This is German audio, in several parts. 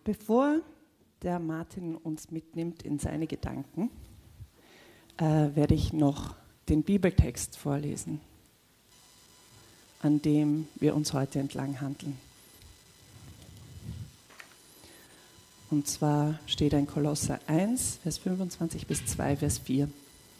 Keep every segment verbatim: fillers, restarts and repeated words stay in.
Bevor der Martin uns mitnimmt in seine Gedanken, äh, werde ich noch den Bibeltext vorlesen, an dem wir uns heute entlang handeln. Und zwar steht ein Kolosser eins, Vers fünfundzwanzig bis zwei, Vers vier.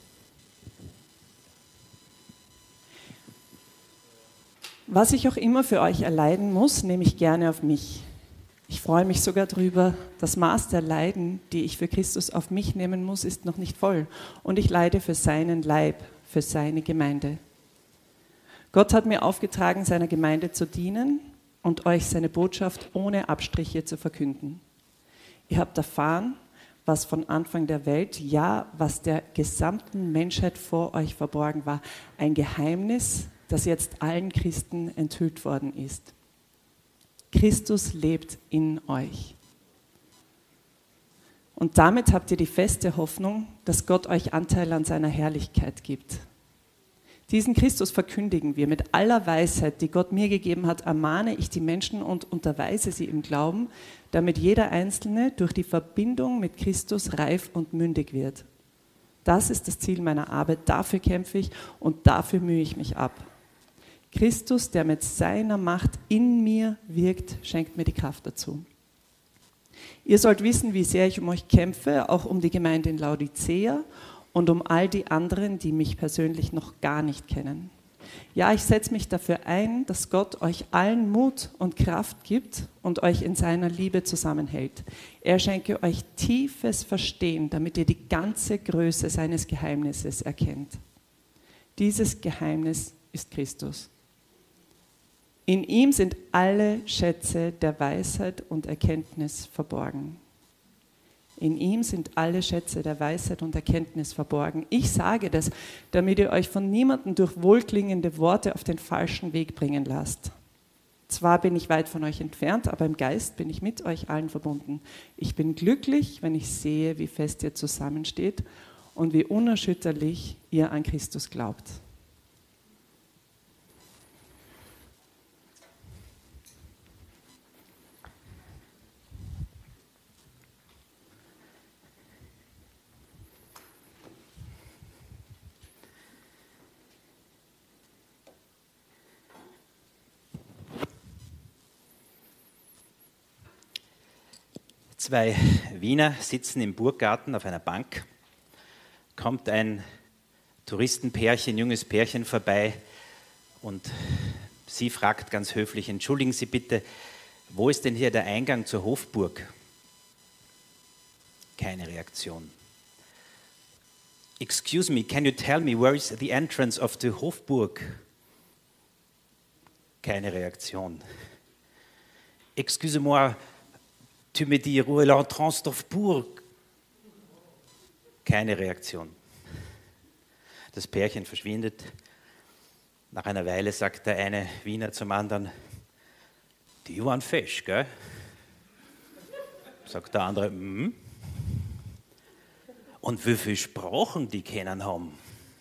Was ich auch immer für euch erleiden muss, nehme ich gerne auf mich. Ich freue mich sogar drüber. Das Maß der Leiden, die ich für Christus auf mich nehmen muss, ist noch nicht voll. Und ich leide für seinen Leib, für seine Gemeinde. Gott hat mir aufgetragen, seiner Gemeinde zu dienen und euch seine Botschaft ohne Abstriche zu verkünden. Ihr habt erfahren, was von Anfang der Welt, ja, was der gesamten Menschheit vor euch verborgen war. Ein Geheimnis, das jetzt allen Christen enthüllt worden ist. Christus lebt in euch. Und damit habt ihr die feste Hoffnung, dass Gott euch Anteil an seiner Herrlichkeit gibt. Diesen Christus verkündigen wir. Mit aller Weisheit, die Gott mir gegeben hat, ermahne ich die Menschen und unterweise sie im Glauben, damit jeder Einzelne durch die Verbindung mit Christus reif und mündig wird. Das ist das Ziel meiner Arbeit, dafür kämpfe ich und dafür mühe ich mich ab. Christus, der mit seiner Macht in mir wirkt, schenkt mir die Kraft dazu. Ihr sollt wissen, wie sehr ich um euch kämpfe, auch um die Gemeinde in Laodicea und um all die anderen, die mich persönlich noch gar nicht kennen. Ja, ich setze mich dafür ein, dass Gott euch allen Mut und Kraft gibt und euch in seiner Liebe zusammenhält. Er schenke euch tiefes Verstehen, damit ihr die ganze Größe seines Geheimnisses erkennt. Dieses Geheimnis ist Christus. In ihm sind alle Schätze der Weisheit und Erkenntnis verborgen. In ihm sind alle Schätze der Weisheit und Erkenntnis verborgen. Ich sage das, damit ihr euch von niemandem durch wohlklingende Worte auf den falschen Weg bringen lasst. Zwar bin ich weit von euch entfernt, aber im Geist bin ich mit euch allen verbunden. Ich bin glücklich, wenn ich sehe, wie fest ihr zusammensteht und wie unerschütterlich ihr an Christus glaubt. Zwei Wiener sitzen im Burggarten auf einer Bank, kommt ein Touristenpärchen, junges Pärchen vorbei und sie fragt ganz höflich, entschuldigen Sie bitte, wo ist denn hier der Eingang zur Hofburg? Keine Reaktion. Excuse me, can you tell me where is the entrance of the Hofburg? Keine Reaktion. Excusez-moi, tu me dis où est l'entrance d'Hofburg? Keine Reaktion. Das Pärchen verschwindet. Nach einer Weile sagt der eine Wiener zum anderen, die waren fesch, gell? Sagt der andere, mhm. Und wie viele Sprachen die kennen haben?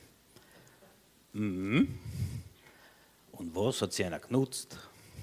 Mhm. Und was hat sie einer genutzt?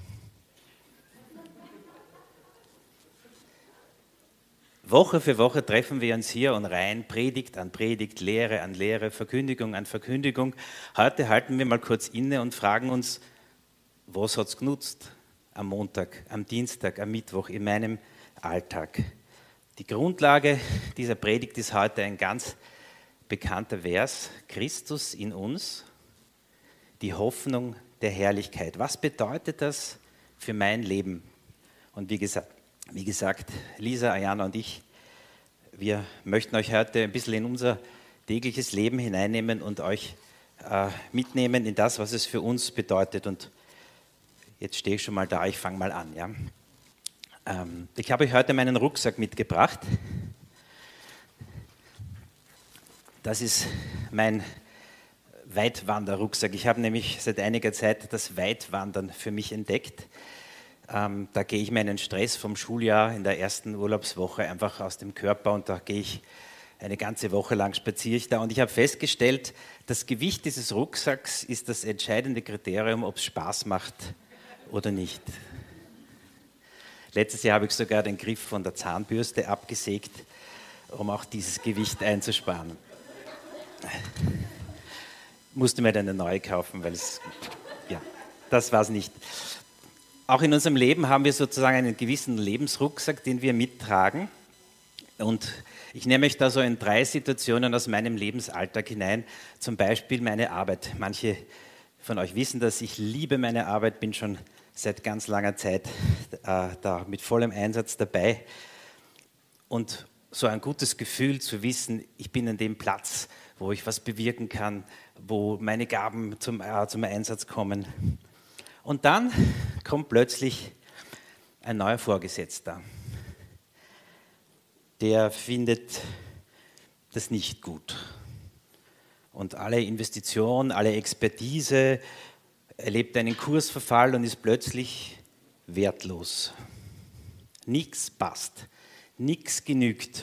Woche für Woche treffen wir uns hier und rein, Predigt an Predigt, Lehre an Lehre, Verkündigung an Verkündigung. Heute halten wir mal kurz inne und fragen uns, was hat es genutzt am Montag, am Dienstag, am Mittwoch in meinem Alltag? Die Grundlage dieser Predigt ist heute ein ganz bekannter Vers, Christus in uns, die Hoffnung der Herrlichkeit. Was bedeutet das für mein Leben? Und wie gesagt, Wie gesagt, Lisa, Ayana und ich, wir möchten euch heute ein bisschen in unser tägliches Leben hineinnehmen und euch äh, mitnehmen in das, was es für uns bedeutet. Und jetzt stehe ich schon mal da, ich fange mal an. Ja? Ähm, ich habe euch heute meinen Rucksack mitgebracht. Das ist mein Weitwanderrucksack. Ich habe nämlich seit einiger Zeit das Weitwandern für mich entdeckt. Ähm, da gehe ich meinen Stress vom Schuljahr in der ersten Urlaubswoche einfach aus dem Körper und da gehe ich eine ganze Woche lang spaziere ich da und ich habe festgestellt, das Gewicht dieses Rucksacks ist das entscheidende Kriterium, ob es Spaß macht oder nicht. Letztes Jahr habe ich sogar den Griff von der Zahnbürste abgesägt, um auch dieses Gewicht einzusparen. Musste mir dann eine neue kaufen, weil es, ja, das war es nicht. Auch in unserem Leben haben wir sozusagen einen gewissen Lebensrucksack, den wir mittragen. Und ich nehme euch da so in drei Situationen aus meinem Lebensalltag hinein, zum Beispiel meine Arbeit. Manche von euch wissen das, ich liebe meine Arbeit, bin schon seit ganz langer Zeit äh, da mit vollem Einsatz dabei. Und so ein gutes Gefühl zu wissen, ich bin an dem Platz, wo ich was bewirken kann, wo meine Gaben zum, äh, zum Einsatz kommen. Und dann kommt plötzlich ein neuer Vorgesetzter. Der findet das nicht gut. Und alle Investitionen, alle Expertise erlebt einen Kursverfall und ist plötzlich wertlos. Nichts passt, nichts genügt.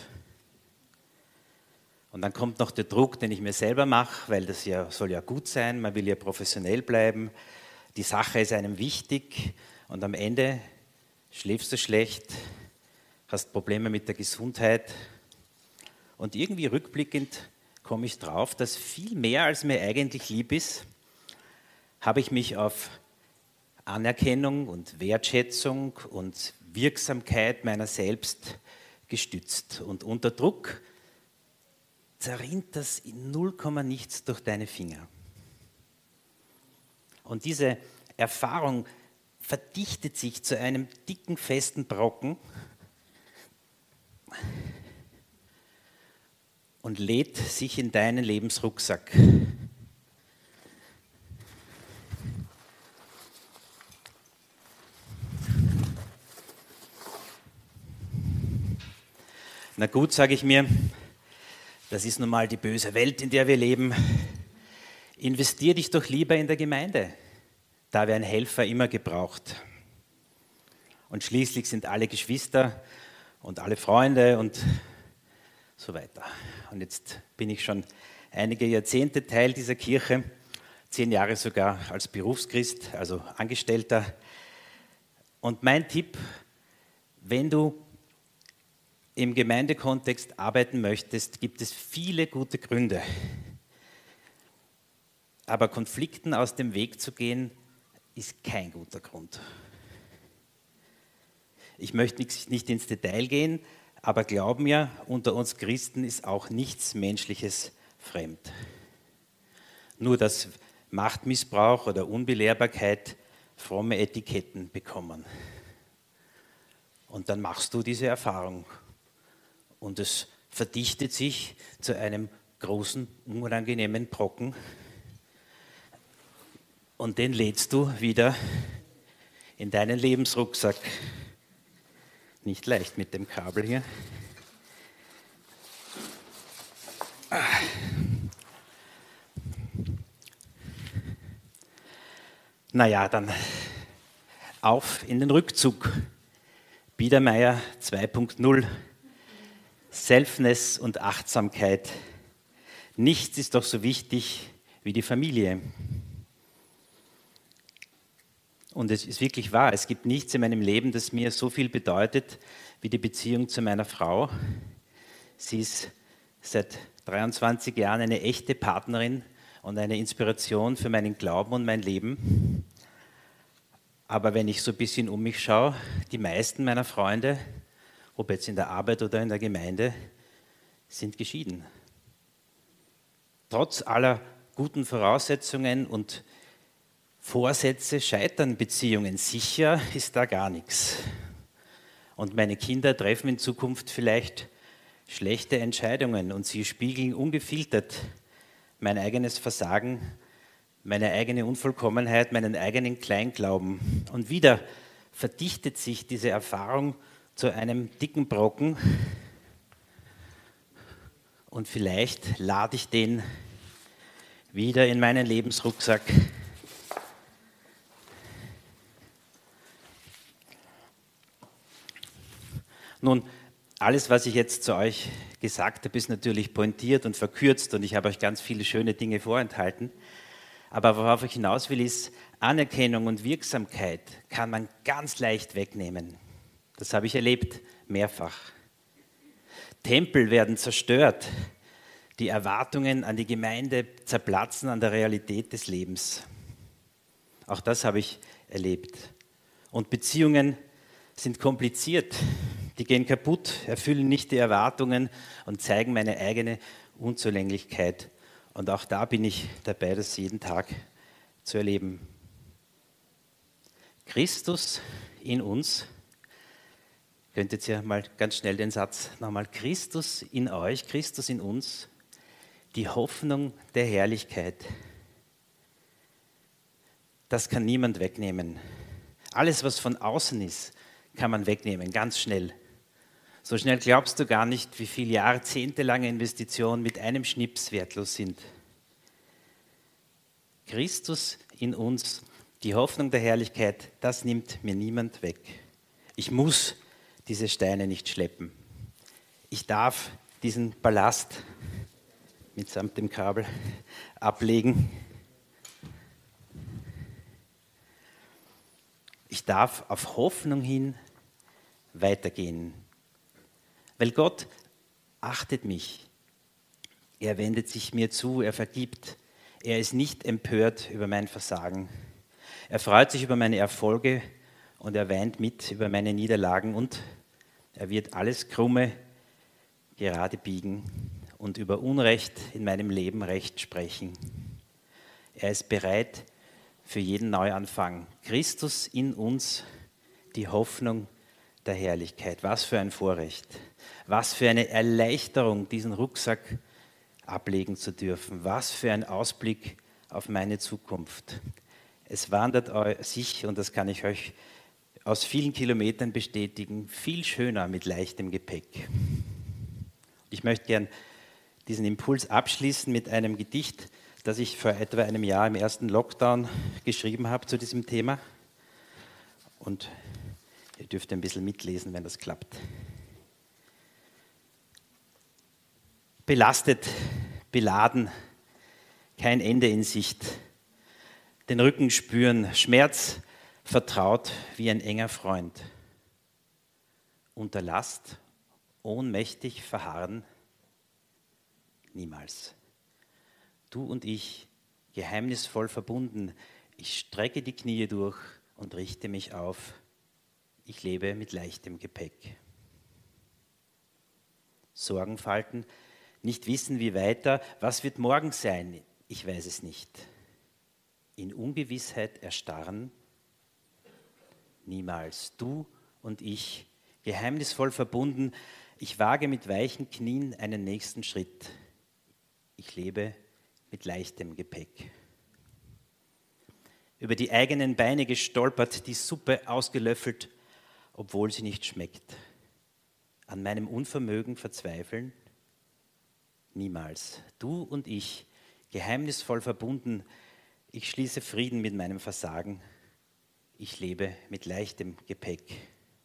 Und dann kommt noch der Druck, den ich mir selber mache, weil das ja soll ja gut sein, man will ja professionell bleiben, die Sache ist einem wichtig und am Ende schläfst du schlecht, hast Probleme mit der Gesundheit und irgendwie rückblickend komme ich drauf, dass viel mehr als mir eigentlich lieb ist, habe ich mich auf Anerkennung und Wertschätzung und Wirksamkeit meiner selbst gestützt. Und unter Druck zerrinnt das in null Komma nichts durch deine Finger. Und diese Erfahrung verdichtet sich zu einem dicken, festen Brocken und lädt sich in deinen Lebensrucksack. Na gut, sage ich mir, das ist nun mal die böse Welt, in der wir leben. Investier dich doch lieber in der Gemeinde. Da wird ein Helfer immer gebraucht. Und schließlich sind alle Geschwister und alle Freunde und so weiter. Und jetzt bin ich schon einige Jahrzehnte Teil dieser Kirche, zehn Jahre sogar als Berufschrist, also Angestellter. Und mein Tipp, wenn du im Gemeindekontext arbeiten möchtest, gibt es viele gute Gründe. Aber Konflikten aus dem Weg zu gehen, ist kein guter Grund. Ich möchte nicht ins Detail gehen, aber glaub mir, unter uns Christen ist auch nichts Menschliches fremd. Nur dass Machtmissbrauch oder Unbelehrbarkeit fromme Etiketten bekommen. Und dann machst du diese Erfahrung. Und es verdichtet sich zu einem großen, unangenehmen Brocken. Und den lädst du wieder in deinen Lebensrucksack. Nicht leicht mit dem Kabel hier. Naja, dann auf in den Rückzug. Biedermeier zwei Punkt null. Selfness und Achtsamkeit. Nichts ist doch so wichtig wie die Familie. Und es ist wirklich wahr, es gibt nichts in meinem Leben, das mir so viel bedeutet, wie die Beziehung zu meiner Frau. Sie ist seit dreiundzwanzig Jahren eine echte Partnerin und eine Inspiration für meinen Glauben und mein Leben. Aber wenn ich so ein bisschen um mich schaue, die meisten meiner Freunde, ob jetzt in der Arbeit oder in der Gemeinde, sind geschieden. Trotz aller guten Voraussetzungen und Vorsätze scheitern Beziehungen. Sicher ist da gar nichts. Und meine Kinder treffen in Zukunft vielleicht schlechte Entscheidungen und sie spiegeln ungefiltert mein eigenes Versagen, meine eigene Unvollkommenheit, meinen eigenen Kleinglauben. Und wieder verdichtet sich diese Erfahrung zu einem dicken Brocken und vielleicht lade ich den wieder in meinen Lebensrucksack. Nun, alles, was ich jetzt zu euch gesagt habe, ist natürlich pointiert und verkürzt und ich habe euch ganz viele schöne Dinge vorenthalten. Aber worauf ich hinaus will, ist, Anerkennung und Wirksamkeit kann man ganz leicht wegnehmen. Das habe ich erlebt, mehrfach. Tempel werden zerstört. Die Erwartungen an die Gemeinde zerplatzen an der Realität des Lebens. Auch das habe ich erlebt. Und Beziehungen sind kompliziert. Die gehen kaputt, erfüllen nicht die Erwartungen und zeigen meine eigene Unzulänglichkeit. Und auch da bin ich dabei, das jeden Tag zu erleben. Christus in uns, könnt jetzt ja mal ganz schnell den Satz nochmal, Christus in euch, Christus in uns, die Hoffnung der Herrlichkeit. Das kann niemand wegnehmen. Alles, was von außen ist, kann man wegnehmen, ganz schnell. So schnell glaubst du gar nicht, wie viele jahrzehntelange Investitionen mit einem Schnips wertlos sind. Christus in uns, die Hoffnung der Herrlichkeit, das nimmt mir niemand weg. Ich muss diese Steine nicht schleppen. Ich darf diesen Ballast mitsamt dem Kabel ablegen. Ich darf auf Hoffnung hin weitergehen. Weil Gott achtet mich. Er wendet sich mir zu, er vergibt. Er ist nicht empört über mein Versagen. Er freut sich über meine Erfolge und er weint mit über meine Niederlagen und er wird alles Krumme gerade biegen und über Unrecht in meinem Leben Recht sprechen. Er ist bereit für jeden Neuanfang. Christus in uns, die Hoffnung der Herrlichkeit. Was für ein Vorrecht. Was für eine Erleichterung, diesen Rucksack ablegen zu dürfen. Was für ein Ausblick auf meine Zukunft. Es wandert sich, und das kann ich euch aus vielen Kilometern bestätigen, viel schöner mit leichtem Gepäck. Ich möchte gern diesen Impuls abschließen mit einem Gedicht, das ich vor etwa einem Jahr im ersten Lockdown geschrieben habe zu diesem Thema. Und ihr dürft ein bisschen mitlesen, wenn das klappt. Belastet, beladen, kein Ende in Sicht. Den Rücken spüren, Schmerz vertraut wie ein enger Freund. Unter Last, ohnmächtig verharren, niemals. Du und ich, geheimnisvoll verbunden, ich strecke die Knie durch und richte mich auf. Ich lebe mit leichtem Gepäck. Sorgenfalten, nicht wissen, wie weiter, was wird morgen sein, ich weiß es nicht. In Ungewissheit erstarren, niemals. Du und ich, geheimnisvoll verbunden, ich wage mit weichen Knien einen nächsten Schritt. Ich lebe mit leichtem Gepäck. Über die eigenen Beine gestolpert, die Suppe ausgelöffelt, obwohl sie nicht schmeckt. An meinem Unvermögen verzweifeln? Niemals. Du und ich, geheimnisvoll verbunden, ich schließe Frieden mit meinem Versagen. Ich lebe mit leichtem Gepäck.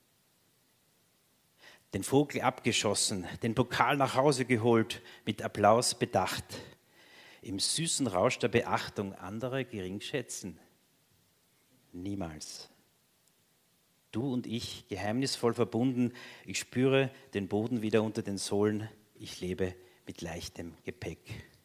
Den Vogel abgeschossen, den Pokal nach Hause geholt, mit Applaus bedacht. Im süßen Rausch der Beachtung andere geringschätzen? Niemals. Du und ich, geheimnisvoll verbunden, ich spüre den Boden wieder unter den Sohlen, ich lebe mit leichtem Gepäck.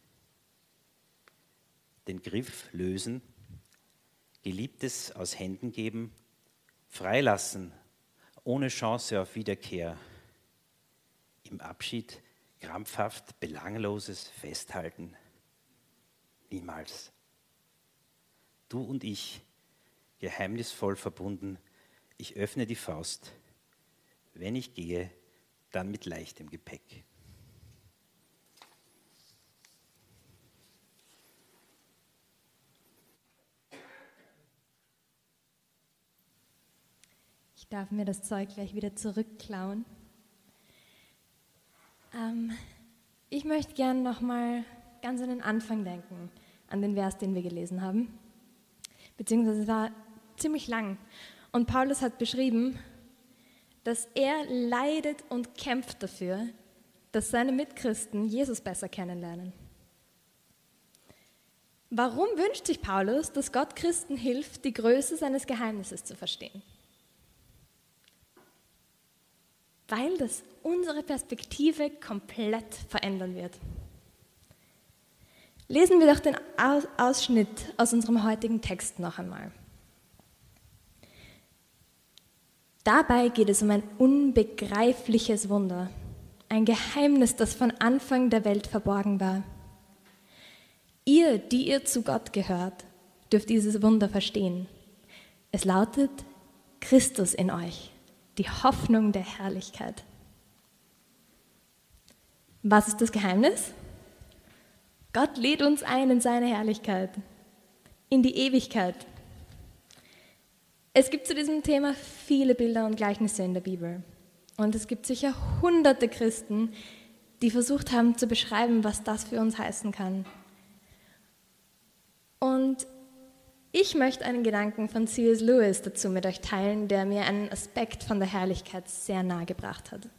Den Griff lösen, Geliebtes aus Händen geben, freilassen, ohne Chance auf Wiederkehr. Im Abschied krampfhaft Belangloses festhalten. Niemals. Du und ich, geheimnisvoll verbunden, ich öffne die Faust. Wenn ich gehe, dann mit leichtem Gepäck. Ich darf mir das Zeug gleich wieder zurückklauen. Ähm, ich möchte gerne nochmal ganz an den Anfang denken, an den Vers, den wir gelesen haben. Beziehungsweise es war ziemlich lang. Und Paulus hat beschrieben, dass er leidet und kämpft dafür, dass seine Mitchristen Jesus besser kennenlernen. Warum wünscht sich Paulus, dass Gott Christen hilft, die Größe seines Geheimnisses zu verstehen? weil das unsere Perspektive komplett verändern wird. Lesen wir doch den Ausschnitt aus unserem heutigen Text noch einmal. Dabei geht es um ein unbegreifliches Wunder, ein Geheimnis, das von Anfang der Welt verborgen war. Ihr, die ihr zu Gott gehört, dürft dieses Wunder verstehen. Es lautet Christus in euch, die Hoffnung der Herrlichkeit. Was ist das Geheimnis? Gott lädt uns ein in seine Herrlichkeit, in die Ewigkeit. Es gibt zu diesem Thema viele Bilder und Gleichnisse in der Bibel. Und es gibt sicher hunderte Christen, die versucht haben zu beschreiben, was das für uns heißen kann. Und ich möchte einen Gedanken von C S Lewis dazu mit euch teilen, der mir einen Aspekt von der Herrlichkeit sehr nahe gebracht hat.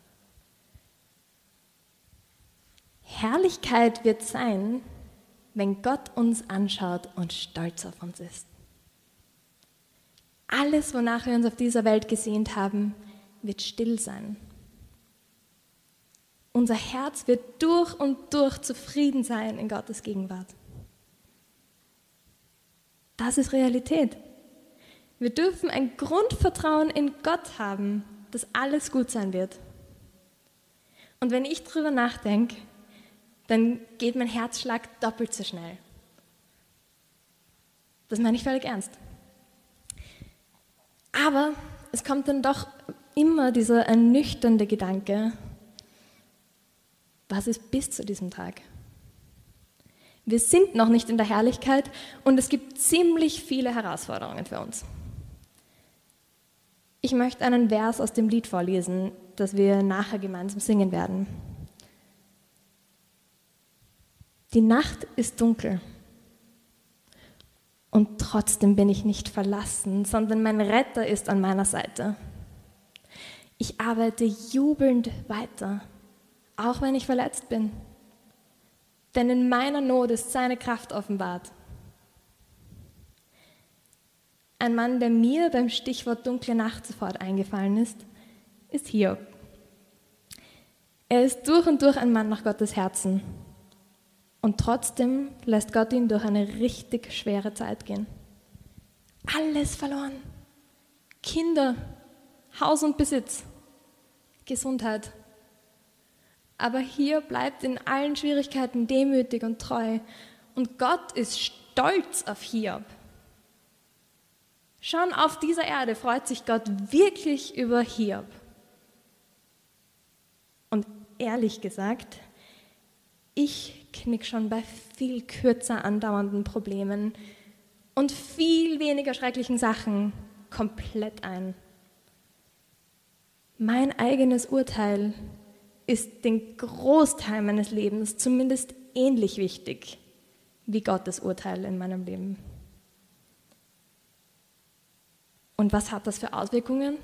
Herrlichkeit wird sein, wenn Gott uns anschaut und stolz auf uns ist. Alles, wonach wir uns auf dieser Welt gesehnt haben, wird still sein. Unser Herz wird durch und durch zufrieden sein in Gottes Gegenwart. Das ist Realität. Wir dürfen ein Grundvertrauen in Gott haben, dass alles gut sein wird. Und wenn ich drüber nachdenke, dann geht mein Herzschlag doppelt so schnell. Das meine ich völlig ernst. Aber es kommt dann doch immer dieser ernüchternde Gedanke, was ist bis zu diesem Tag? Wir sind noch nicht in der Herrlichkeit und es gibt ziemlich viele Herausforderungen für uns. Ich möchte einen Vers aus dem Lied vorlesen, das wir nachher gemeinsam singen werden. Die Nacht ist dunkel und trotzdem bin ich nicht verlassen, sondern mein Retter ist an meiner Seite. Ich arbeite jubelnd weiter, auch wenn ich verletzt bin, denn in meiner Not ist seine Kraft offenbart. Ein Mann, der mir beim Stichwort dunkle Nacht sofort eingefallen ist, ist Hiob. Er ist durch und durch ein Mann nach Gottes Herzen. Und trotzdem lässt Gott ihn durch eine richtig schwere Zeit gehen. Alles verloren. Kinder, Haus und Besitz, Gesundheit. Aber hier bleibt in allen Schwierigkeiten demütig und treu. Und Gott ist stolz auf Hiob. Schon auf dieser Erde freut sich Gott wirklich über Hiob. Und ehrlich gesagt, ich knick schon bei viel kürzer andauernden Problemen und viel weniger schrecklichen Sachen komplett ein. Mein eigenes Urteil ist den Großteil meines Lebens zumindest ähnlich wichtig wie Gottes Urteil in meinem Leben. Und was hat das für Auswirkungen?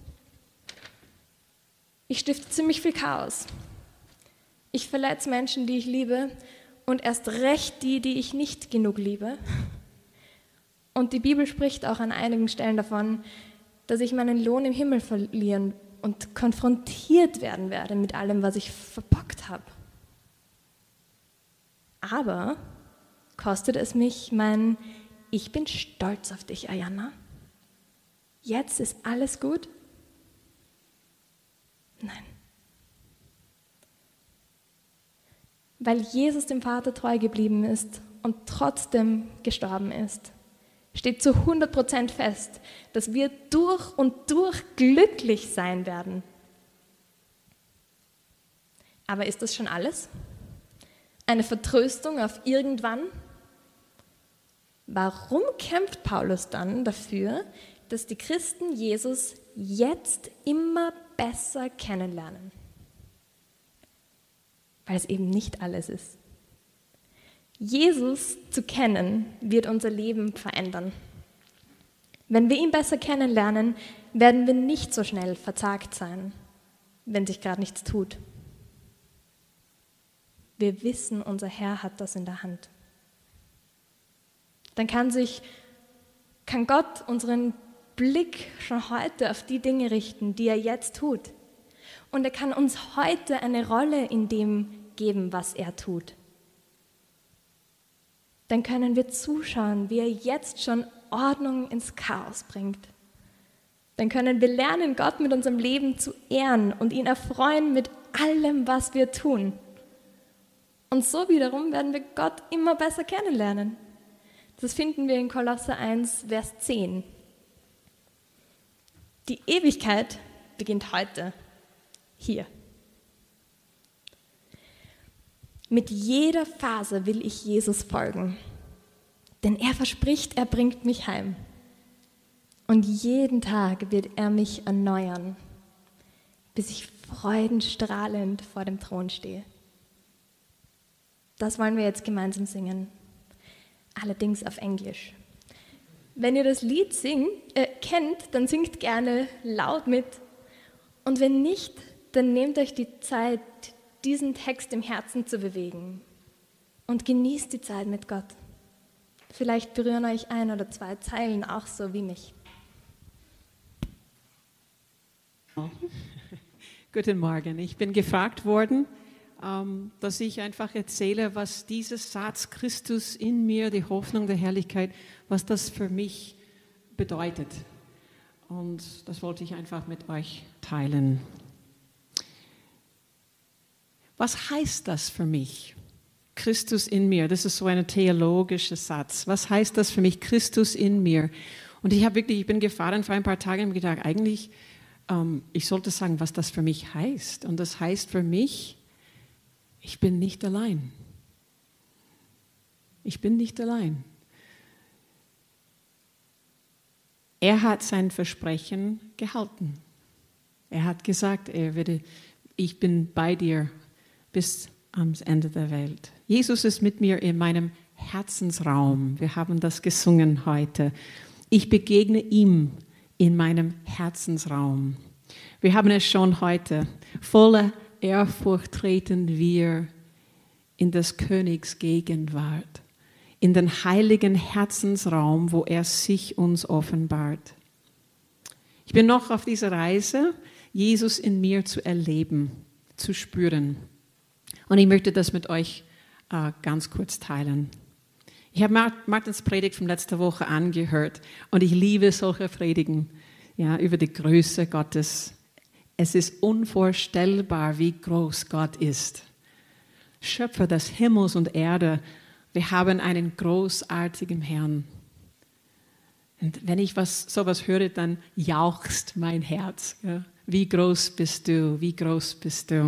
Ich stifte ziemlich viel Chaos. Ich verletze Menschen, die ich liebe, und erst recht die, die ich nicht genug liebe. Und die Bibel spricht auch an einigen Stellen davon, dass ich meinen Lohn im Himmel verlieren und konfrontiert werden werde mit allem, was ich verbockt habe. Aber kostet es mich mein Ich bin stolz auf dich, Ayanna? Jetzt ist alles gut? Nein. Weil Jesus dem Vater treu geblieben ist und trotzdem gestorben ist, steht zu hundert Prozent fest, dass wir durch und durch glücklich sein werden. Aber ist das schon alles? Eine Vertröstung auf irgendwann? Warum kämpft Paulus dann dafür, dass die Christen Jesus jetzt immer besser kennenlernen? Weil es eben nicht alles ist. Jesus zu kennen, wird unser Leben verändern. Wenn wir ihn besser kennenlernen, werden wir nicht so schnell verzagt sein, wenn sich gerade nichts tut. Wir wissen, unser Herr hat das in der Hand. Dann kann sich, kann Gott unseren Blick schon heute auf die Dinge richten, die er jetzt tut. Und er kann uns heute eine Rolle in dem geben, was er tut. Dann können wir zuschauen, wie er jetzt schon Ordnung ins Chaos bringt. Dann können wir lernen, Gott mit unserem Leben zu ehren und ihn erfreuen mit allem, was wir tun. Und so wiederum werden wir Gott immer besser kennenlernen. Das finden wir in Kolosser eins, Vers zehn. Die Ewigkeit beginnt heute, hier. Mit jeder Phase will ich Jesus folgen, denn er verspricht, er bringt mich heim. Und jeden Tag wird er mich erneuern, bis ich freudenstrahlend vor dem Thron stehe. Das wollen wir jetzt gemeinsam singen, allerdings auf Englisch. Wenn ihr das Lied sing, äh, kennt, dann singt gerne laut mit. Und wenn nicht, dann nehmt euch die Zeit, diesen Text im Herzen zu bewegen. Und genießt die Zeit mit Gott. Vielleicht berühren euch ein oder zwei Zeilen auch so wie mich. Guten Morgen. Ich bin gefragt worden, ähm, dass ich einfach erzähle, was dieser Satz Christus in mir, die Hoffnung der Herrlichkeit, was das für mich bedeutet. Und das wollte ich einfach mit euch teilen. Was heißt das für mich? Christus in mir, das ist so ein theologischer Satz. Was heißt das für mich? Christus in mir. Und ich habe wirklich, ich bin gefahren vor ein paar Tagen und gedacht, eigentlich, ähm, ich sollte sagen, was das für mich heißt. Und das heißt für mich, ich bin nicht allein. Ich bin nicht allein. Er hat sein Versprechen gehalten. Er hat gesagt, er würde, ich bin bei dir bis am Ende der Welt. Jesus ist mit mir in meinem Herzensraum. Wir haben das gesungen heute. Ich begegne ihm in meinem Herzensraum. Wir haben es schon heute. Voller Ehrfurcht treten wir in des Königs Gegenwart, in den heiligen Herzensraum, wo er sich uns offenbart. Ich bin noch auf dieser Reise, Jesus in mir zu erleben, zu spüren. Und ich möchte das mit euch äh, ganz kurz teilen. Ich habe Martins Predigt von letzter Woche angehört und ich liebe solche Predigen, ja, über die Größe Gottes. Es ist unvorstellbar, wie groß Gott ist. Schöpfer des Himmels und Erde. Wir haben einen großartigen Herrn. Und wenn ich was, sowas höre, dann jauchzt mein Herz. Ja. Wie groß bist du, wie groß bist du.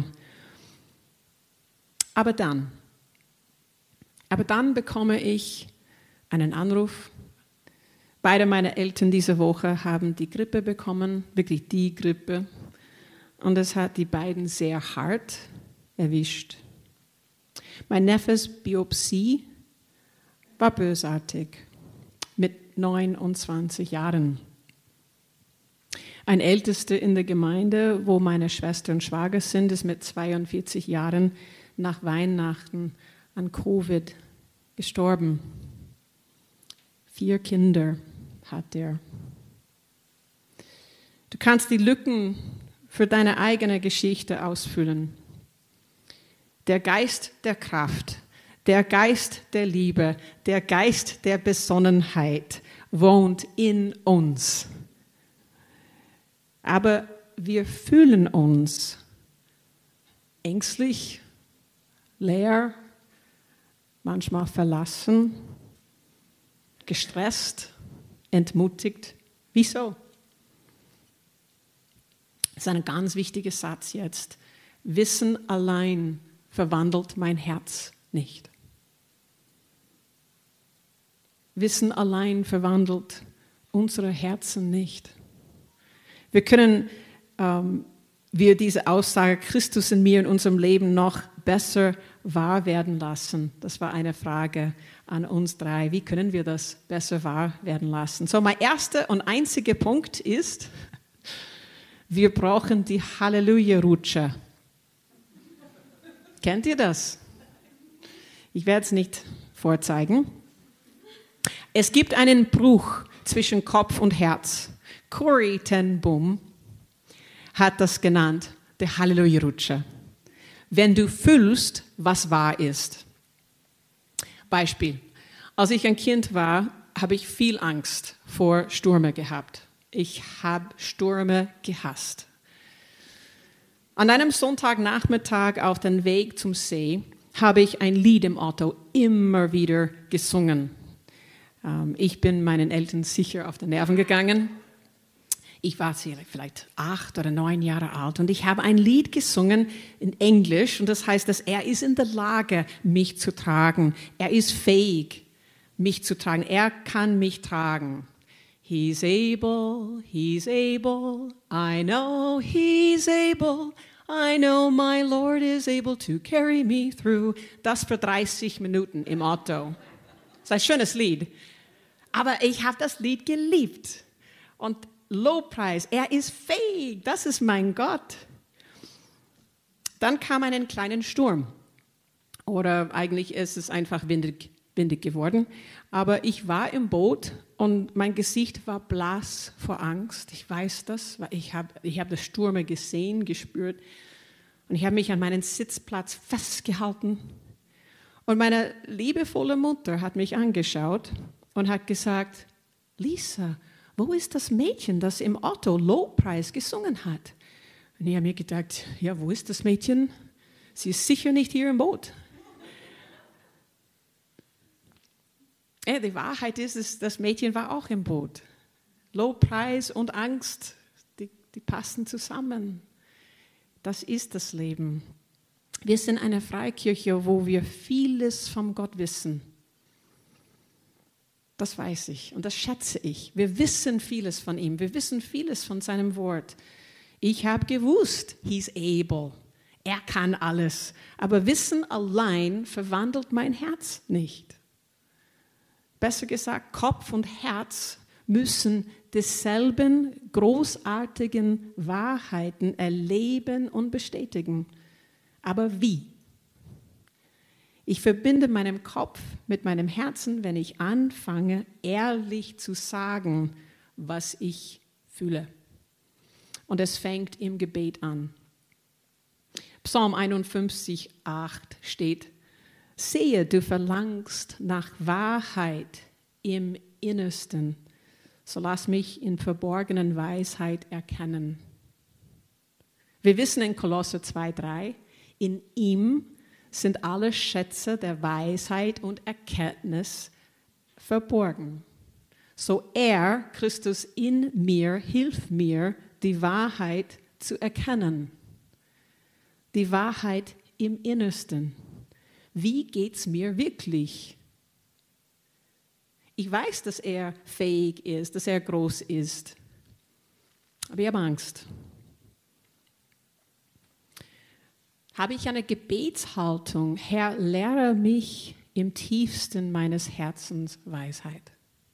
Aber dann, aber dann bekomme ich einen Anruf. Beide meiner Eltern diese Woche haben die Grippe bekommen, wirklich die Grippe. Und es hat die beiden sehr hart erwischt. Mein Neffes Biopsie war bösartig mit neunundzwanzig Jahren. Ein Ältester in der Gemeinde, wo meine Schwester und Schwager sind, ist mit zweiundvierzig Jahren nach Weihnachten an Covid gestorben. Vier Kinder hat er. Du kannst die Lücken für deine eigene Geschichte ausfüllen. Der Geist der Kraft, der Geist der Liebe, der Geist der Besonnenheit wohnt in uns. Aber wir fühlen uns ängstlich, leer, manchmal verlassen, gestresst, entmutigt. Wieso? Das ist ein ganz wichtiger Satz jetzt. Wissen allein verwandelt mein Herz nicht. Wissen allein verwandelt unsere Herzen nicht. Wir können ähm, wir diese Aussage Christus in mir in unserem Leben noch besser wahr werden lassen. Das war eine Frage an uns drei. Wie können wir das besser wahr werden lassen? So, mein erster und einziger Punkt ist, wir brauchen die Halleluja-Rutsche. Kennt ihr das? Ich werde es nicht vorzeigen. Es gibt einen Bruch zwischen Kopf und Herz. Corrie ten Boom hat das genannt, der Halleluja-Rutscher. Wenn du fühlst, was wahr ist. Beispiel. Als ich ein Kind war, habe ich viel Angst vor Stürmen gehabt. Ich habe Stürme gehasst. An einem Sonntagnachmittag auf dem Weg zum See habe ich ein Lied im Auto immer wieder gesungen. Ähm, ich bin meinen Eltern sicher auf die Nerven gegangen. Ich war vielleicht acht oder neun Jahre alt und ich habe ein Lied gesungen in Englisch und das heißt, dass er ist in der Lage, mich zu tragen. Er ist fähig, mich zu tragen. Er kann mich tragen. He's able, he's able, I know he's able, I know my Lord is able to carry me through. Das für dreißig Minuten im Auto. Das ist ein schönes Lied. Aber ich habe das Lied geliebt. Und Lobpreis, er ist fähig, das ist mein Gott. Dann kam ein kleiner Sturm. Oder eigentlich ist es einfach windig, windig geworden. Aber ich war im Boot und mein Gesicht war blass vor Angst. Ich weiß das, weil ich habe ich hab das Stürme gesehen, gespürt. Und ich habe mich an meinen Sitzplatz festgehalten. Und meine liebevolle Mutter hat mich angeschaut und hat gesagt, Lisa, wo ist das Mädchen, das im Auto Lobpreis gesungen hat? Und ich habe mir gedacht, ja, wo ist das Mädchen? Sie ist sicher nicht hier im Boot. Ja, die Wahrheit ist, ist, das Mädchen war auch im Boot. Lobpreis und Angst, die, die passen zusammen. Das ist das Leben. Wir sind eine Freikirche, wo wir vieles von Gott wissen. Das weiß ich und das schätze ich. Wir wissen vieles von ihm. Wir wissen vieles von seinem Wort. Ich habe gewusst, he's able. Er kann alles. Aber Wissen allein verwandelt mein Herz nicht. Besser gesagt, Kopf und Herz müssen dieselben großartigen Wahrheiten erleben und bestätigen. Aber wie? Ich verbinde meinen Kopf mit meinem Herzen, wenn ich anfange, ehrlich zu sagen, was ich fühle. Und es fängt im Gebet an. Psalm einundfünfzig, acht steht, sehe, du verlangst nach Wahrheit im Innersten, so lass mich in verborgenen Weisheit erkennen. Wir wissen in Kolosser zwei, drei, in ihm sind alle Schätze der Weisheit und Erkenntnis verborgen. So er, Christus in mir, hilft mir, die Wahrheit zu erkennen. Die Wahrheit im Innersten. Wie geht es mir wirklich? Ich weiß, dass er fähig ist, dass er groß ist. Aber ich habe Angst. Habe ich eine Gebetshaltung, Herr, lehre mich im tiefsten meines Herzens Weisheit.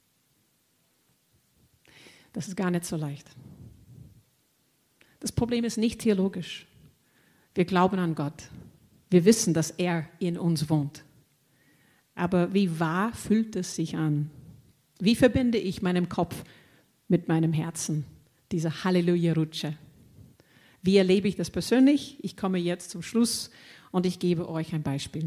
Das ist gar nicht so leicht. Das Problem ist nicht theologisch. Wir glauben an Gott. Wir wissen, dass er in uns wohnt. Aber wie wahr fühlt es sich an? Wie verbinde ich meinen Kopf mit meinem Herzen? Diese Halleluja-Rutsche. Wie erlebe ich das persönlich? Ich komme jetzt zum Schluss und ich gebe euch ein Beispiel.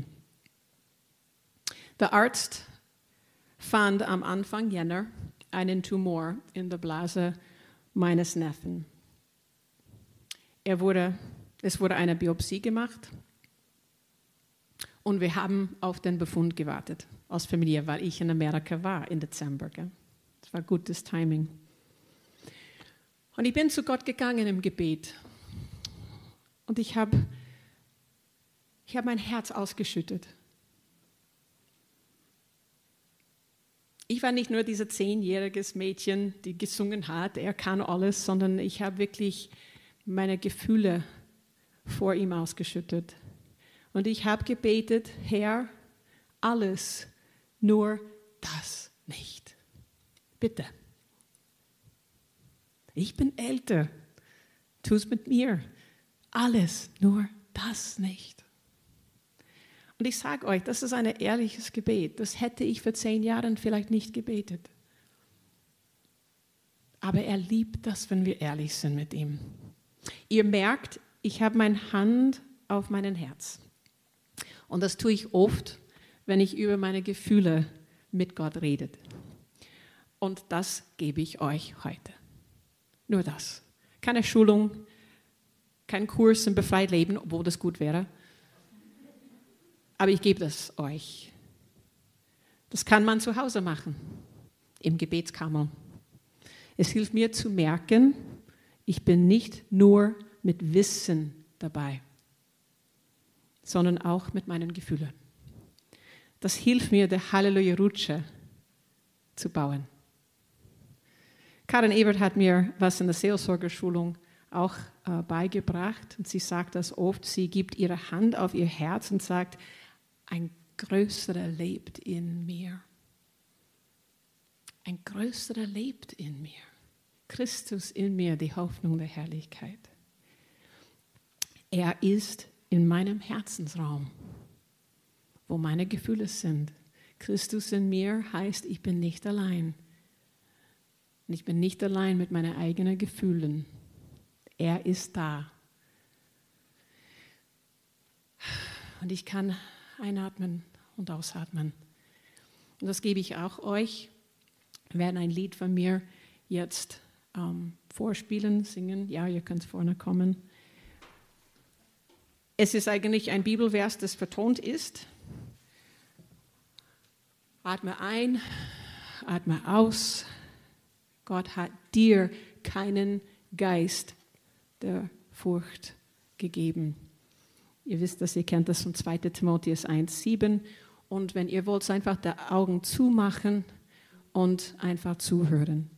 Der Arzt fand am Anfang Jänner einen Tumor in der Blase meines Neffen. Er wurde, es wurde eine Biopsie gemacht und wir haben auf den Befund gewartet als Familie, weil ich in Amerika war im Dezember. Gell? Das war gutes Timing. Und ich bin zu Gott gegangen im Gebet. Und ich habe ich hab mein Herz ausgeschüttet. Ich war nicht nur dieses zehnjähriges Mädchen, die gesungen hat, er kann alles, sondern ich habe wirklich meine Gefühle vor ihm ausgeschüttet. Und ich habe gebetet, Herr, alles, nur das nicht. Bitte. Ich bin älter, tu es mit mir. Alles, nur das nicht. Und ich sage euch, das ist ein ehrliches Gebet. Das hätte ich vor zehn Jahren vielleicht nicht gebetet. Aber er liebt das, wenn wir ehrlich sind mit ihm. Ihr merkt, ich habe meine Hand auf meinem Herz. Und das tue ich oft, wenn ich über meine Gefühle mit Gott rede. Und das gebe ich euch heute. Nur das. Keine Schulung, kein Kurs im befreit Leben, obwohl das gut wäre. Aber ich gebe das euch. Das kann man zu Hause machen, im Gebetskammer. Es hilft mir zu merken, ich bin nicht nur mit Wissen dabei, sondern auch mit meinen Gefühlen. Das hilft mir, die Halleluja-Rutsche zu bauen. Karin Ebert hat mir was in der Seelsorgerschulung auch äh, beigebracht. Und sie sagt das oft, sie gibt ihre Hand auf ihr Herz und sagt, ein Größerer lebt in mir. Ein Größerer lebt in mir. Christus in mir, die Hoffnung der Herrlichkeit. Er ist in meinem Herzensraum, wo meine Gefühle sind. Christus in mir heißt, ich bin nicht allein. Und ich bin nicht allein mit meinen eigenen Gefühlen. Er ist da. Und ich kann einatmen und ausatmen. Und das gebe ich auch euch. Wir werden ein Lied von mir jetzt ähm, vorspielen, singen. Ja, ihr könnt vorne kommen. Es ist eigentlich ein Bibelvers, das vertont ist. Atme ein, atme aus. Gott hat dir keinen Geist der Furcht gegeben. Ihr wisst das, ihr kennt das von zweiter Timotheus eins sieben. Und wenn ihr wollt, einfach die Augen zumachen und einfach zuhören.